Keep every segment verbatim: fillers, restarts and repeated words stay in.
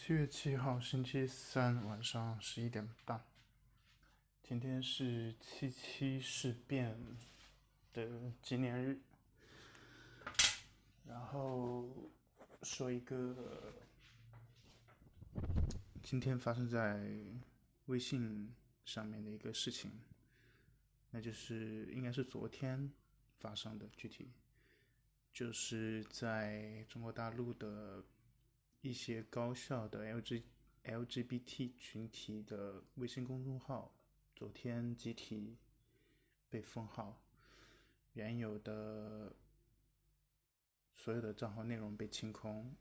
七月七号，星期三晚上十一点半。今天是七七事变的纪念日，然后说一个今天发生在微信上面的一个事情，那就是应该是昨天发生的，具体就是在中国大陆的一些高校的 L G L G B T 群体的微信公众号，昨天集体被封号，原有的所有的账号内容被清空，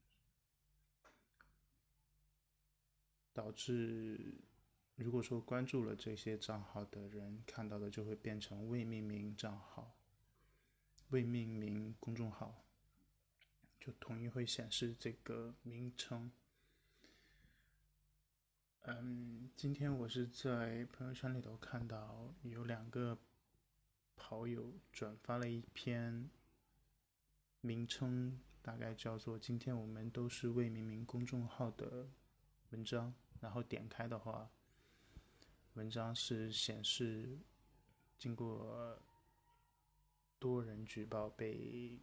导致如果说关注了这些账号的人看到的就会变成未命名账号、未命名公众号，就统一会显示这个名称。嗯，今天我是在朋友圈里头看到有两个跑友转发了一篇名称大概叫做今天我们都是未命名公众号的文章，然后点开的话，文章是显示经过多人举报被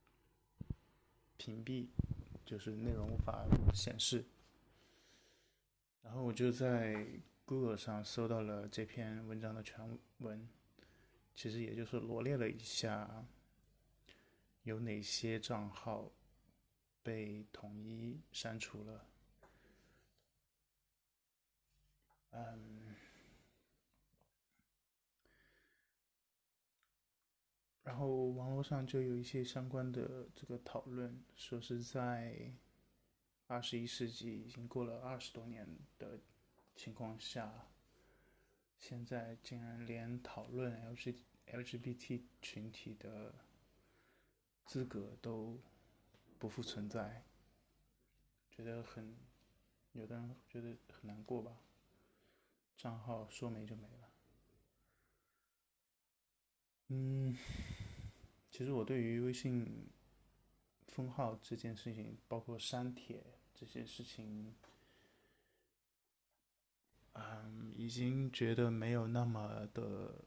屏蔽，就是内容无法显示。然后我就在 Google 上搜到了这篇文章的全文，其实也就是罗列了一下有哪些账号被统一删除了。嗯，然后网络上就有一些相关的这个讨论，说是在二十一世纪已经过了二十多年的情况下，现在竟然连讨论 L G B T 群体的资格都不复存在，觉得很，有的人觉得很难过吧，账号说没就没了。嗯，其实我对于微信封号这件事情，包括删帖这些事情，嗯，已经觉得没有那么的，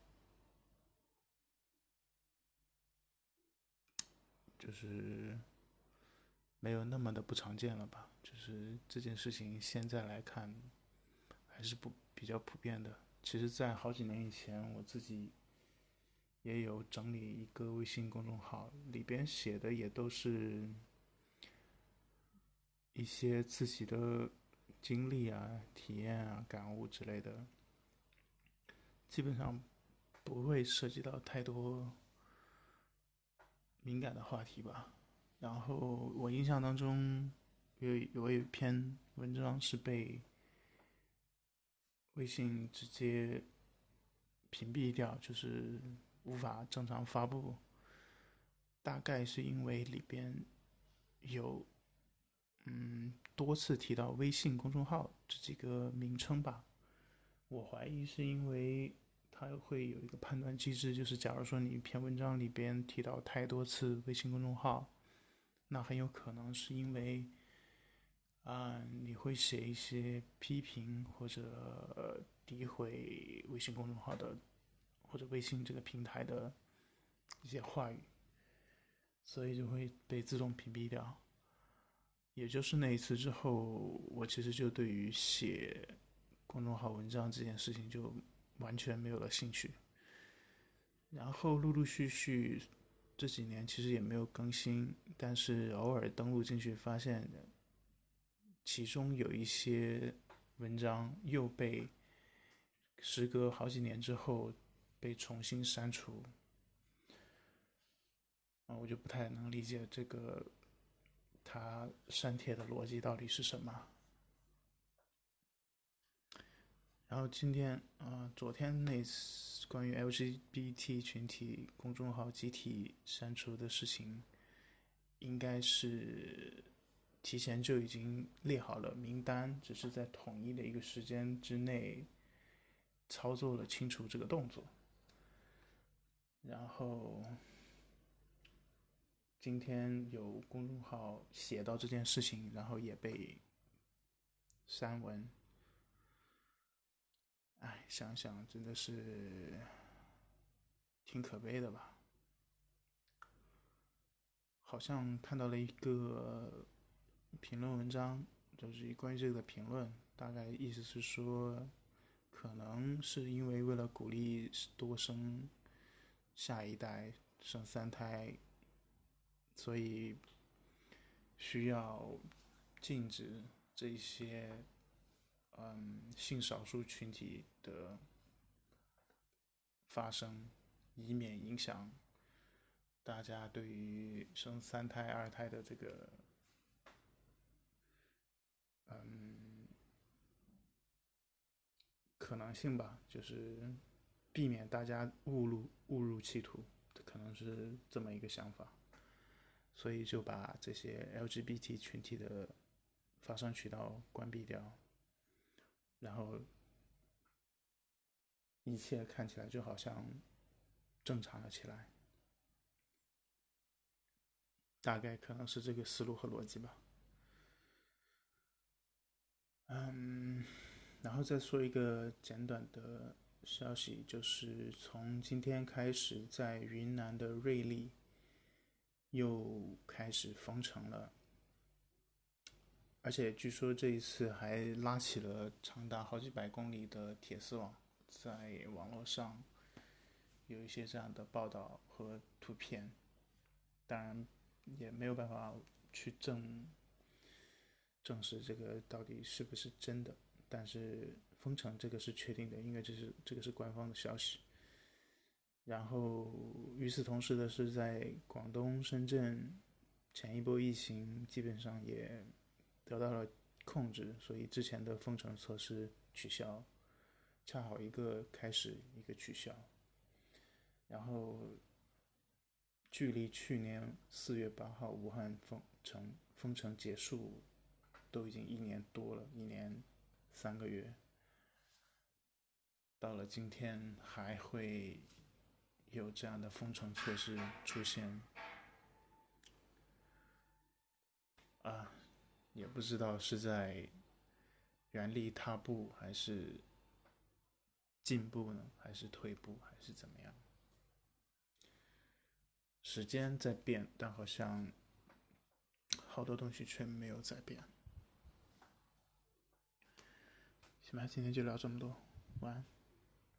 就是没有那么的不常见了吧。就是这件事情现在来看，还是不比较普遍的。其实，在好几年以前，我自己也有整理一个微信公众号，里边写的也都是一些自己的经历啊、体验啊、感悟之类的，基本上不会涉及到太多敏感的话题吧。然后我印象当中有有一篇文章是被微信直接屏蔽掉，就是无法正常发布，大概是因为里边有嗯多次提到微信公众号这几个名称吧。我怀疑是因为它会有一个判断机制，就是假如说你一篇文章里边提到太多次微信公众号，那很有可能是因为啊、呃你会写一些批评或者、呃、诋毁微信公众号的或者微信这个平台的一些话语，所以就会被自动屏蔽掉。也就是那一次之后，我其实就对于写公众号文章这件事情就完全没有了兴趣。然后陆陆续续这几年其实也没有更新，但是偶尔登录进去发现，其中有一些文章又被时隔好几年之后被重新删除，啊，我就不太能理解这个他删帖的逻辑到底是什么。然后今天啊、呃，昨天那次关于 L G B T 群体公众号集体删除的事情，应该是提前就已经列好了名单，只是在统一的一个时间之内操作了清除这个动作。然后今天有公众号写到这件事情，然后也被删文。哎，想想真的是挺可悲的吧。好像看到了一个评论文章，就是关于这个的评论，大概意思是说，可能是因为为了鼓励多生下一代，生三胎，所以需要禁止这些嗯性少数群体的发生，以免影响大家对于生三胎、二胎的这个嗯可能性吧，就是避免大家误入误入歧途，可能是这么一个想法，所以就把这些 L G B T 群体的发声渠道关闭掉，然后一切看起来就好像正常了起来，大概可能是这个思路和逻辑吧。嗯，然后再说一个简短的消息，就是从今天开始，在云南的瑞丽又开始封城了，而且据说这一次还拉起了长达好几百公里的铁丝网，在网络上有一些这样的报道和图片，当然也没有办法去证证实这个到底是不是真的，但是封城这个是确定的，因为这是这个是官方的消息。然后与此同时的是，在广东深圳，前一波疫情基本上也得到了控制，所以之前的封城措施取消，恰好一个开始，一个取消。然后距离去年四月八号武汉封城封城结束都已经一年多了，一年三个月，到了今天还会有这样的封城措施出现啊，也不知道是在原地踏步还是进步呢，还是退步，还是怎么样？时间在变，但好像好多东西却没有在变。行吧，今天就聊这么多，晚安。